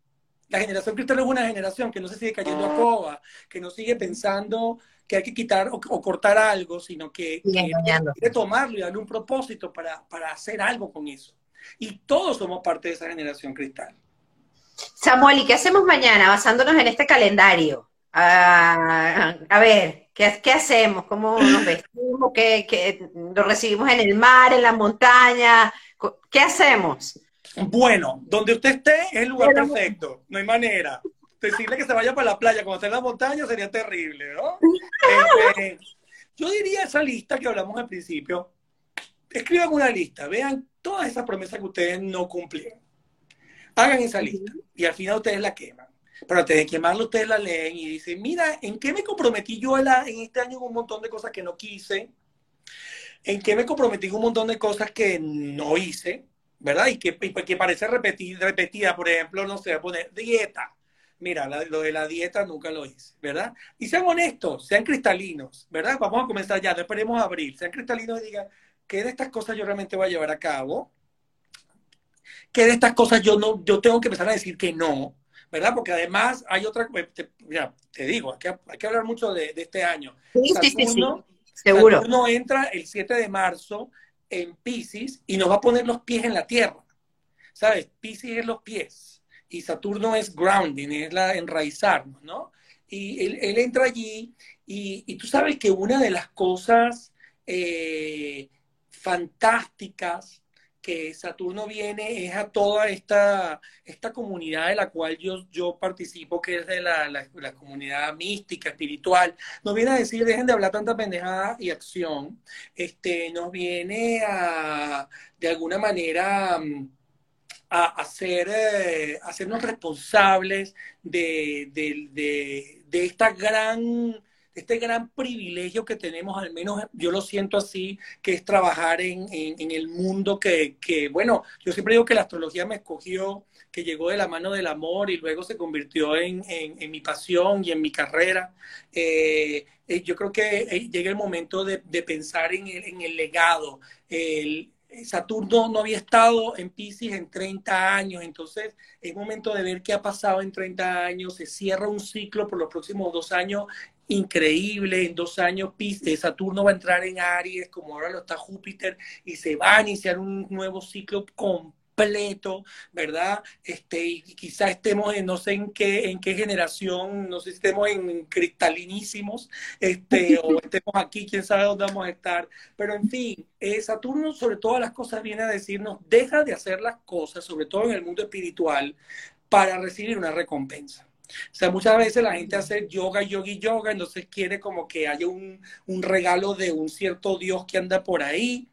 Speaker 2: La generación cristal es una generación que no se sigue cayendo a coba, que no sigue pensando que hay que quitar o, o cortar algo, sino que
Speaker 1: Sigue
Speaker 2: quiere,
Speaker 1: engañándose.
Speaker 2: quiere tomarlo y darle un propósito para, para hacer algo con eso. Y todos somos parte de esa generación cristal.
Speaker 1: Samuel, ¿y qué hacemos mañana basándonos en este calendario? Ah, a ver, ¿qué, qué hacemos? ¿Cómo nos vestimos? ¿Qué, qué- lo recibimos en el mar, en la montaña? Co- ¿Qué hacemos?
Speaker 2: Bueno, donde usted esté es el lugar
Speaker 1: Pero-
Speaker 2: perfecto, no hay manera. Decirle que se vaya para la playa cuando esté en la montaña sería terrible, ¿no? Este, yo diría esa lista que hablamos al principio, escriban una lista, vean todas esas promesas que ustedes no cumplieron. Hagan esa lista y al final ustedes la queman. Pero antes de quemarla, ustedes la leen y dicen, mira, ¿en qué me comprometí yo en este año en un montón de cosas que no quise? ¿En qué me comprometí en un montón de cosas que no hice? ¿Verdad? Y que, y que parece repetir, repetida, por ejemplo, no sé, poner dieta. Mira, la, lo de la dieta nunca lo hice, ¿verdad? Y sean honestos, sean cristalinos, ¿verdad? Vamos a comenzar ya, no esperemos a abril. Sean cristalinos y digan, ¿qué de estas cosas yo realmente voy a llevar a cabo? ¿Qué de estas cosas yo no, yo tengo que empezar a decir que no? ¿Verdad? Porque además hay otra, te, mira, te digo, hay que, hay que hablar mucho de, de este año.
Speaker 1: Sí, sí, sí, sí,
Speaker 2: Saturno,
Speaker 1: seguro.
Speaker 2: Saturno entra el siete de marzo en Piscis y nos va a poner los pies en la tierra. ¿Sabes? Piscis es los pies y Saturno es grounding, es la enraizarnos, ¿no? Y él, él entra allí y, y, tú sabes que una de las cosas eh, fantásticas que Saturno viene es a toda esta, esta comunidad de la cual yo, yo participo, que es de la, la, la comunidad mística, espiritual. Nos viene a decir, dejen de hablar tanta pendejada y acción. Este, nos viene a, de alguna manera, a hacer, eh, hacernos responsables de, de, de, de esta gran, de este gran privilegio que tenemos, al menos yo lo siento así, que es trabajar en, en, en el mundo que, que, bueno, yo siempre digo que la astrología me escogió, que llegó de la mano del amor y luego se convirtió en, en, en mi pasión y en mi carrera. Eh, eh, yo creo que eh, llega el momento de, de pensar en el, en el legado, el, Saturno no había estado en Piscis en treinta años, entonces es momento de ver qué ha pasado en treinta años, se cierra un ciclo por los próximos dos años increíble, en dos años Saturno va a entrar en Aries, como ahora lo está Júpiter, y se va a iniciar un nuevo ciclo completo, ¿verdad? Este, y quizás estemos en no sé en qué, en qué generación, no sé si estemos en cristalinísimos, este, o estemos aquí, quién sabe dónde vamos a estar, pero en fin, eh, Saturno sobre todas las cosas viene a decirnos, deja de hacer las cosas, sobre todo en el mundo espiritual, para recibir una recompensa. O sea, muchas veces la gente hace yoga, yoga y yoga, entonces quiere como que haya un, un regalo de un cierto Dios que anda por ahí,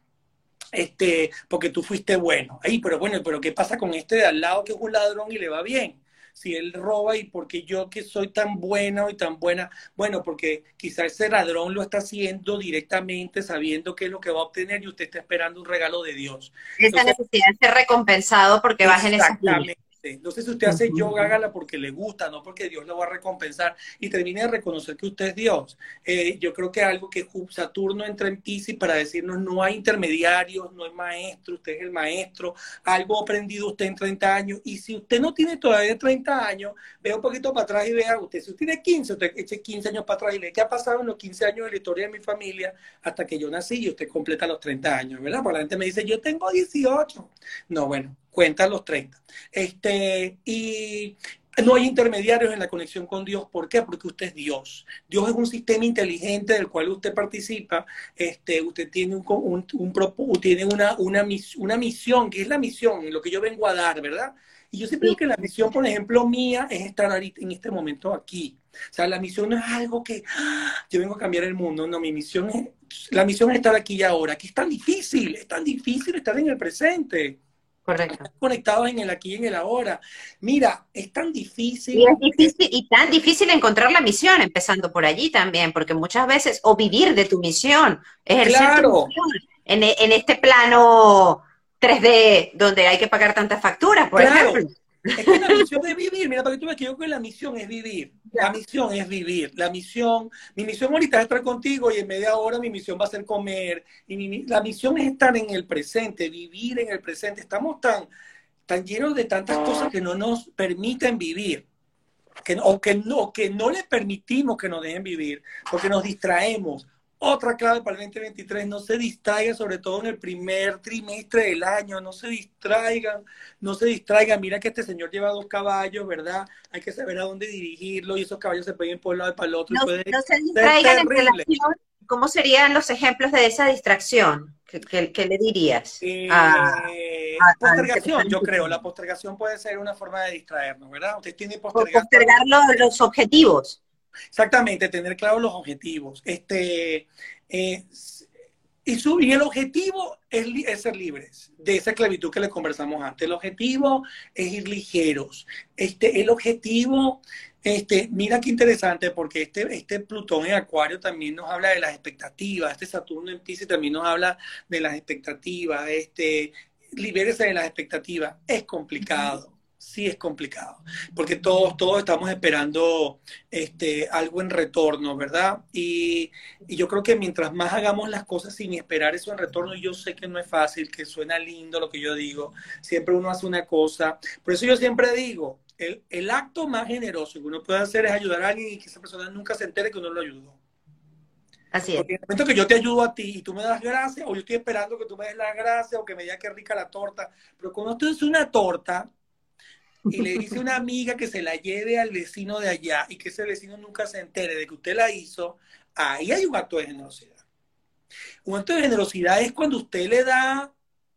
Speaker 2: este, porque tú fuiste bueno. Ay, pero bueno, pero ¿qué pasa con este de al lado que es un ladrón y le va bien? Si él roba y porque yo que soy tan buena y tan buena, bueno, porque quizás ese ladrón lo está haciendo directamente sabiendo qué es lo que va a obtener y usted está esperando un regalo de Dios.
Speaker 1: Esa
Speaker 2: Entonces,
Speaker 1: necesidad de ser recompensado porque vas en esas líneas.
Speaker 2: exactamente. Entonces, si usted hace yoga, hágala porque le gusta, no porque Dios lo va a recompensar y termine de reconocer que usted es Dios. Eh, yo creo que algo que Saturno entra en Piscis para decirnos no hay intermediarios, no hay maestro, usted es el maestro, algo aprendido usted en treinta años. Y si usted no tiene todavía treinta años, vea un poquito para atrás y vea usted, si usted tiene quince, usted eche quince años para atrás y ve qué ha pasado en los quince años de la historia de mi familia hasta que yo nací y usted completa los treinta años, ¿verdad? Porque la gente me dice, yo tengo dieciocho. No, bueno, cuenta los treinta. Este, y no hay intermediarios en la conexión con Dios. ¿Por qué? Porque usted es Dios. Dios es un sistema inteligente del cual usted participa. Este, usted tiene, un, un, un, tiene una, una, mis, una misión, que es la misión, lo que yo vengo a dar, ¿verdad? Y yo siempre digo que la misión, por ejemplo, mía es estar ahorita, en este momento aquí. O sea, la misión no es algo que ¡ah! Yo vengo a cambiar el mundo. No, mi misión es, la misión es estar aquí y ahora, que es tan difícil, es tan difícil estar en el presente.
Speaker 1: Correcto.
Speaker 2: Conectados en el aquí y en el ahora. Mira, es tan difícil.
Speaker 1: Y es difícil, y tan difícil encontrar la misión, empezando por allí también, porque muchas veces, o vivir de tu misión, ejercer
Speaker 2: Claro.
Speaker 1: tu misión en, en este plano tres D, donde hay que pagar tantas facturas, por
Speaker 2: Claro.
Speaker 1: ejemplo.
Speaker 2: Es que la misión es vivir, mira, para que tú veas que yo creo que la misión es vivir. La misión es vivir. La misión, mi misión ahorita es estar contigo y en media hora mi misión va a ser comer. Y mi, la misión es estar en el presente, vivir en el presente. Estamos tan, tan llenos de tantas cosas que no nos permiten vivir, que, o que no, que no les permitimos que nos dejen vivir, porque nos distraemos. Otra clave para el veinte veintitrés, no se distraigan, sobre todo en el primer trimestre del año, no se distraigan, no se distraigan. Mira que este señor lleva dos caballos, ¿verdad? Hay que saber a dónde dirigirlo y esos caballos se pueden ir por un lado y para el otro
Speaker 3: No,
Speaker 2: y puede
Speaker 3: no se
Speaker 2: ser
Speaker 3: distraigan en
Speaker 2: terrible.
Speaker 3: relación, ¿cómo serían los ejemplos de esa distracción? ¿Qué, qué- qué le dirías a,
Speaker 2: Eh,
Speaker 3: a- a los que te
Speaker 2: postergación,
Speaker 3: están
Speaker 2: yo creo, la
Speaker 3: escuchando?
Speaker 2: postergación puede ser una forma de distraernos, ¿verdad? Usted tiene que
Speaker 3: Po-
Speaker 2: postergar algo.
Speaker 3: Postergar lo- los objetivos.
Speaker 2: Exactamente, tener claros los objetivos. Este, eh, y, su, y el objetivo es, es ser libres de esa esclavitud que le conversamos antes. El objetivo es ir ligeros. Este, el objetivo, este, mira qué interesante, porque este, este Plutón en Acuario también nos habla de las expectativas. Este Saturno en Piscis también nos habla de las expectativas. Este, libérese de las expectativas. Es complicado. Sí es complicado, porque todos, todos estamos esperando este, algo en retorno, ¿verdad? Y, y yo creo que mientras más hagamos las cosas sin esperar eso en retorno, y yo sé que no es fácil, que suena lindo lo que yo digo, siempre uno hace una cosa, por eso yo siempre digo, el, el acto más generoso que uno puede hacer es ayudar a alguien y que esa persona nunca se entere que uno lo ayudó.
Speaker 3: Así es.
Speaker 2: Porque en el momento que yo te ayudo a ti y tú me das gracias, o yo estoy esperando que tú me des las gracias, o que me digas qué rica la torta, pero cuando tú haces una torta, y le dice a una amiga que se la lleve al vecino de allá y que ese vecino nunca se entere de que usted la hizo, ahí hay un acto de generosidad. Un acto de generosidad es cuando usted le da,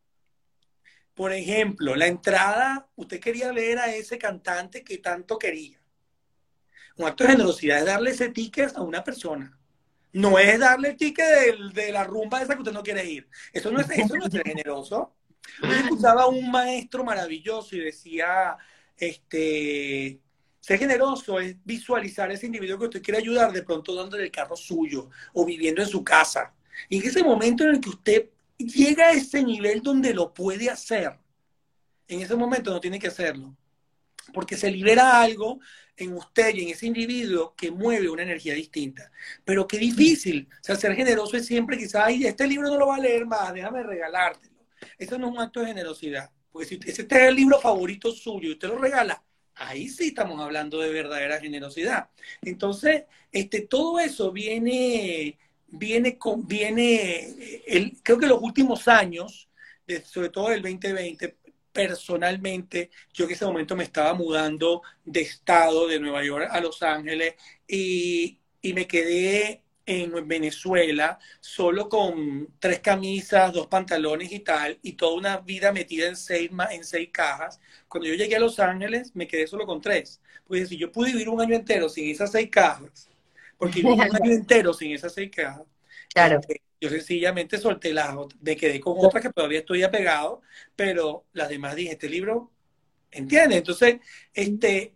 Speaker 2: por ejemplo, la entrada, usted quería ver a ese cantante que tanto quería. Un acto de generosidad es darle ese ticket a una persona. No es darle el ticket de, de la rumba esa que usted no quiere ir. Eso no es, eso no es ser generoso. Yo escuchaba a un maestro maravilloso y decía, este, ser generoso es visualizar a ese individuo que usted quiere ayudar, de pronto dándole el carro suyo o viviendo en su casa. Y en ese momento en el que usted llega a ese nivel donde lo puede hacer, en ese momento no tiene que hacerlo, porque se libera algo en usted y en ese individuo que mueve una energía distinta. Pero qué difícil. O sea, ser generoso es siempre quizás, ay, este libro no lo va a leer más, déjame regalártelo. Eso no es un acto de generosidad. Porque si ese es el libro favorito suyo y usted lo regala, ahí sí estamos hablando de verdadera generosidad. Entonces, este, todo eso viene, viene, con, viene el, creo que los últimos años, de, sobre todo el veinte veinte, personalmente, yo en ese momento me estaba mudando de estado, de Nueva York a Los Ángeles, y, y me quedé en Venezuela solo con tres camisas, dos pantalones y tal, y toda una vida metida en seis, en seis cajas. Cuando yo llegué a Los Ángeles, me quedé solo con tres. Pues si yo pude vivir un año entero sin esas seis cajas, porque viví un año entero sin esas seis cajas,
Speaker 3: Claro.
Speaker 2: este, yo sencillamente solté las otras, me quedé con otras que todavía estoy apegado, pero las demás dije, este libro, ¿entiendes? Entonces, este,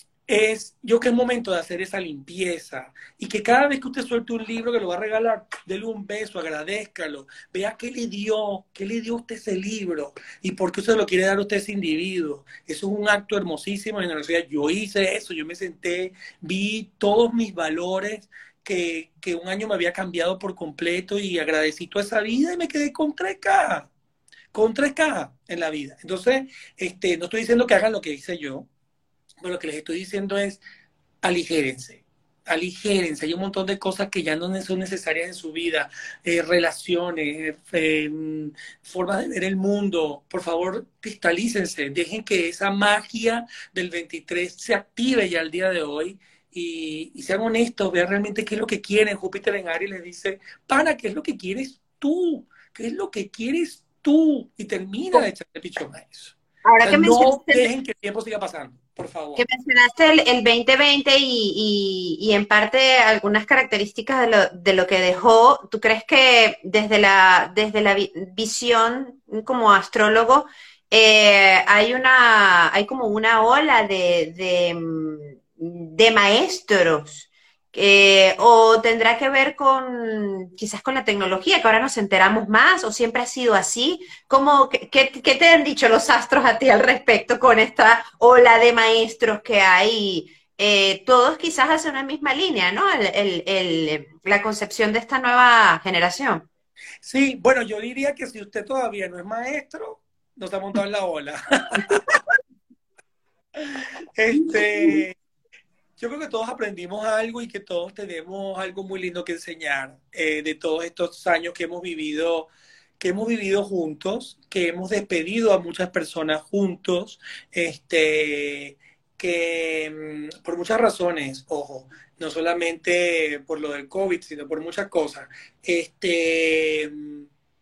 Speaker 2: es, yo que es momento de hacer esa limpieza y que cada vez que usted suelte un libro que lo va a regalar, dele un beso, agradézcalo, vea qué le dio, qué le dio a usted ese libro y por qué usted lo quiere dar a usted ese individuo. Eso es un acto hermosísimo en la universidad. Yo hice eso, yo me senté, vi todos mis valores que, que un año me había cambiado por completo y agradecí toda esa vida y me quedé con tres cajas, con tres cajas en la vida. Entonces, este, no estoy diciendo que hagan lo que hice yo, pero lo que les estoy diciendo es aligérense, aligérense. Hay un montón de cosas que ya no son necesarias en su vida, eh, relaciones, eh, formas de ver el mundo. Por favor, cristalícense, dejen que esa magia del veintitrés se active ya al día de hoy. Y, y sean honestos, vean realmente qué es lo que quieren. Júpiter en Aries les dice, pana, ¿qué es lo que quieres tú? ¿Qué es lo que quieres tú? Y termina de echarle pichón a eso. O
Speaker 3: Ahora
Speaker 2: sea,
Speaker 3: que
Speaker 2: no
Speaker 3: mencionaste,
Speaker 2: dejen que el tiempo siga pasando, por
Speaker 3: que
Speaker 2: favor.
Speaker 3: mencionaste el, el dos mil veinte y, y, y en parte algunas características de lo, de lo que dejó, ¿tú crees que desde la, desde la vi- visión como astrólogo eh, hay una, hay como una ola de, de, mm, de maestros? Eh, o tendrá que ver con quizás con la tecnología, que ahora nos enteramos más, o siempre ha sido así? ¿Cómo, qué, qué- qué te han dicho los astros a ti al respecto con esta ola de maestros que hay? Eh, todos quizás hacen una misma línea, ¿no? El- el- el- la concepción de esta nueva generación.
Speaker 2: Sí, bueno, yo diría que si usted todavía no es maestro, nos ha montado en la ola. Este, yo creo que todos aprendimos algo y que todos tenemos algo muy lindo que enseñar eh, de todos estos años que hemos vivido, que hemos vivido juntos, que hemos despedido a muchas personas juntos, este, que mm, por muchas razones, ojo, no solamente por lo del COVID, sino por muchas cosas. Este, mm,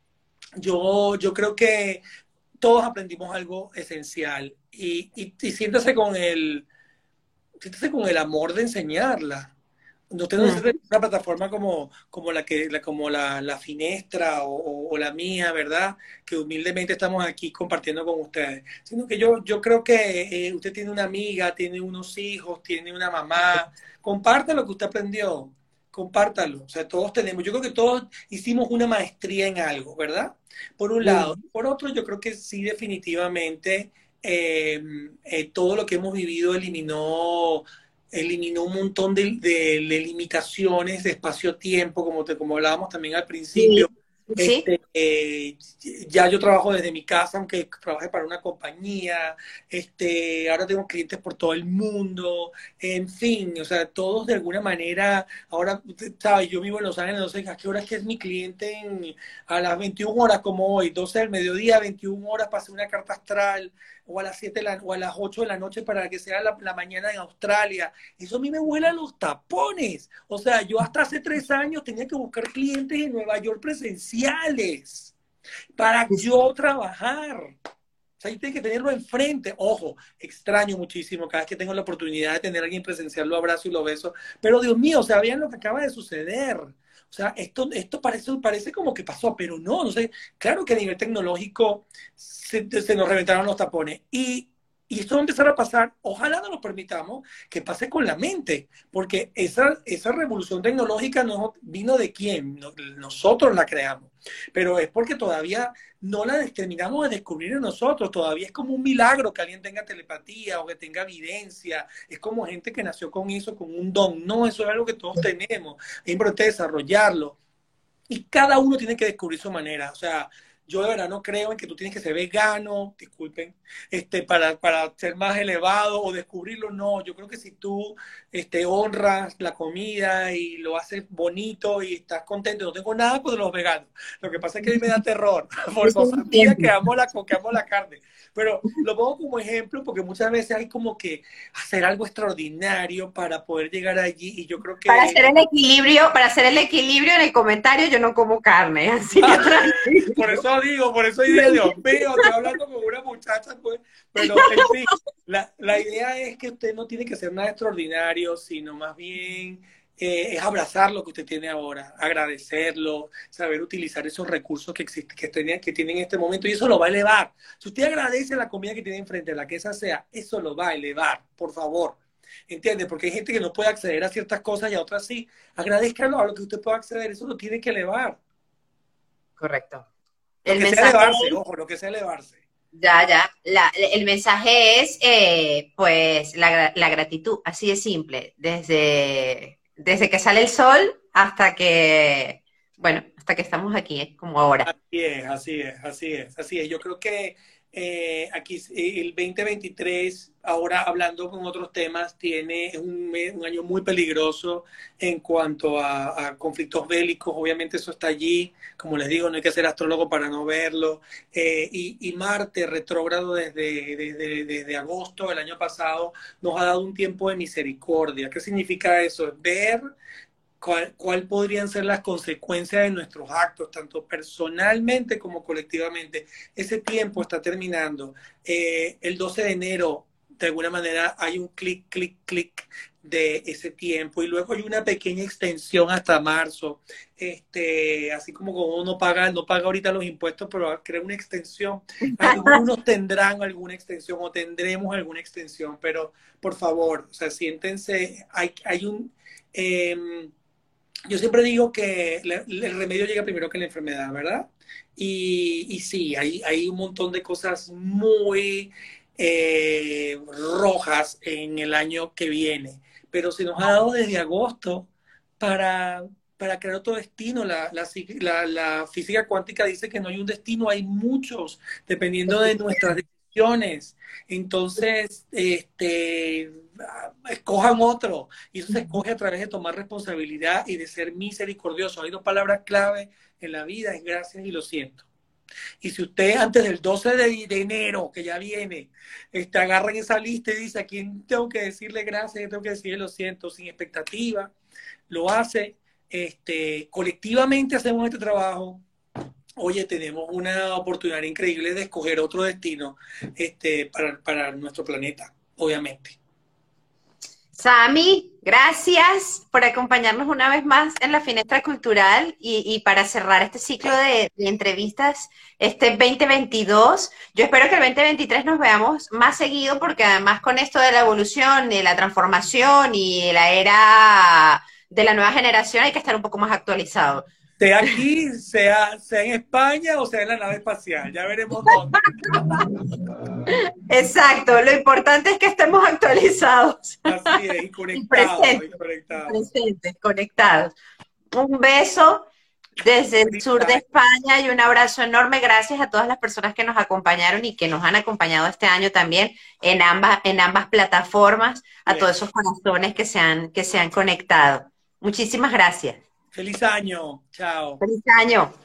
Speaker 2: yo, yo creo que todos aprendimos algo esencial y, y, y siéntase con el, siéntase con el amor de enseñarla. Usted no
Speaker 3: Mm,
Speaker 2: necesita una plataforma como, como la que la, como la, la Finestra o, o, o la mía, ¿verdad? Que humildemente estamos aquí compartiendo con ustedes. Sino que yo, yo creo que eh, usted tiene una amiga, tiene unos hijos, tiene una mamá. Comparta lo que usted aprendió. Compártalo. O sea, todos tenemos, yo creo que todos hicimos una maestría en algo, ¿verdad? Por un lado.
Speaker 3: mm,
Speaker 2: Por otro, yo creo que sí, definitivamente, eh, eh, todo lo que hemos vivido eliminó eliminó un montón de, de, de limitaciones de espacio-tiempo, como, te, como hablábamos también al principio.
Speaker 3: sí, sí,
Speaker 2: Este, eh, ya yo trabajo desde mi casa, aunque trabaje para una compañía. Este, ahora tengo clientes por todo el mundo. En fin, o sea, todos de alguna manera, ahora, ¿sabes? Yo vivo en Los Ángeles, no sé a qué hora es que es mi cliente en, a las veintiuna horas como hoy, doce del mediodía, veintiuna horas para hacer una carta astral, o a las siete la, o a las ocho de la noche para que sea la, la mañana en Australia. Eso a mí me vuela los tapones. O sea, yo hasta hace tres años tenía que buscar clientes en Nueva York presenciales para yo trabajar. O sea, yo tengo que tenerlo enfrente. Ojo, extraño muchísimo cada vez que tengo la oportunidad de tener a alguien presencial, lo abrazo y lo beso. Pero Dios mío, o sea, vean lo que acaba de suceder. O sea, esto, esto parece, parece como que pasó, pero no, no sé. Claro que a nivel tecnológico se, se nos reventaron los tapones. Y, y esto va a empezar a pasar. Ojalá no nos permitamos que pase con la mente, porque esa, esa revolución tecnológica no vino de quién, no, nosotros la creamos, pero es porque todavía no la terminamos de descubrir en nosotros, todavía es como un milagro que alguien tenga telepatía o que tenga evidencia, es como gente que nació con eso, con un don, no, eso es algo que todos tenemos, es importante desarrollarlo, y cada uno tiene que descubrir su manera, o sea, yo de verdad no creo en que tú tienes que ser vegano, disculpen, este, para, para ser más elevado o descubrirlo, no, yo creo que si tú este, honras la comida y lo haces bonito y estás contento, no tengo nada contra los veganos, lo que pasa es que a mí me da terror, por
Speaker 3: es un
Speaker 2: cosas mías que
Speaker 3: ejemplo.
Speaker 2: amo la, que amo la carne, pero lo pongo como ejemplo porque muchas veces hay como que hacer algo extraordinario para poder llegar allí y yo creo
Speaker 3: Para
Speaker 2: que
Speaker 3: hacer el equilibrio, para hacer el equilibrio en el comentario, yo no como carne, así que
Speaker 2: por
Speaker 3: tranquilo.
Speaker 2: eso digo, por eso dije, Dios mío, estoy hablando con una muchacha, pues, pero en fin, la, la idea es que usted no tiene que hacer nada extraordinario, sino más bien eh, es abrazar lo que usted tiene ahora, agradecerlo, saber utilizar esos recursos que existen, que tiene, que tiene en este momento, y eso lo va a elevar. Si usted agradece la comida que tiene enfrente, la que esa sea, eso lo va a elevar, por favor. ¿Entiende? Porque hay gente que no puede acceder a ciertas cosas y a otras sí. Agradezcalo a lo que usted pueda acceder, eso lo tiene que elevar.
Speaker 3: Correcto.
Speaker 2: Lo
Speaker 3: El
Speaker 2: que sea
Speaker 3: mensaje
Speaker 2: elevarse,
Speaker 3: es,
Speaker 2: ojo, lo que sea elevarse.
Speaker 3: ya, ya, la- el mensaje es, eh, pues, la, gra- la gratitud, así de simple, desde, desde que sale el sol hasta que, bueno, hasta que estamos aquí, ¿eh? Como ahora.
Speaker 2: Así es, así es, así es, así es. Yo creo que eh, aquí eh, el veinte veintitrés, ahora hablando con otros temas, tiene es un, me- un año muy peligroso en cuanto a, a conflictos bélicos. Obviamente eso está allí. Como les digo, no hay que ser astrólogo para no verlo. Eh, y, y Marte, retrógrado desde, desde, desde agosto del año pasado, nos ha dado un tiempo de misericordia. ¿Qué significa eso? Es ver cuál, cuál podrían ser las consecuencias de nuestros actos, tanto personalmente como colectivamente. Ese tiempo está terminando. Eh, el doce de enero, de alguna manera, hay un clic, clic, clic de ese tiempo y luego hay una pequeña extensión hasta marzo, este, así como como uno paga, no paga ahorita los impuestos, pero crea una extensión. Algunos tendrán alguna extensión o tendremos alguna extensión, pero por favor, o sea, siéntense, hay, hay un, eh, yo siempre digo que la- el remedio llega primero que la enfermedad, ¿verdad? Y, y sí, hay, hay un montón de cosas muy eh, rojas en el año que viene, pero se nos ha dado desde agosto para para crear otro destino. La, la, la, la física cuántica dice que no hay un destino, hay muchos, dependiendo de nuestras decisiones. Entonces, este, escojan otro. Y eso se escoge a través de tomar responsabilidad y de ser misericordioso. Hay dos palabras clave en la vida, es gracias y lo siento. Y si usted antes del doce de, de enero, que ya viene, este, agarran esa lista y dice a quién tengo que decirle gracias, a quién tengo que decirle lo siento, sin expectativa, lo hace, este, colectivamente hacemos este trabajo. Oye, tenemos una oportunidad increíble de escoger otro destino este, para, para nuestro planeta, obviamente.
Speaker 3: Sami, gracias por acompañarnos una vez más en la Finestra Cultural y, y para cerrar este ciclo de, de entrevistas, este veinte veintidós. Yo espero que el veinte veintitrés nos veamos más seguido porque además con esto de la evolución, de la transformación y la era de la nueva generación hay que estar un poco más actualizado.
Speaker 2: Sea aquí, sea, sea en España o sea en la nave espacial, ya veremos dónde.
Speaker 3: Exacto, lo importante es que estemos actualizados.
Speaker 2: Así es, y conectados.
Speaker 3: Presentes,
Speaker 2: y conectados.
Speaker 3: presentes, conectados. Un beso desde el sur de España y un abrazo enorme. Gracias a todas las personas que nos acompañaron y que nos han acompañado este año también en ambas, en ambas plataformas, a Bien. todos esos corazones que se han, que se han conectado. Muchísimas gracias.
Speaker 2: Feliz año. Chao.
Speaker 3: Feliz año.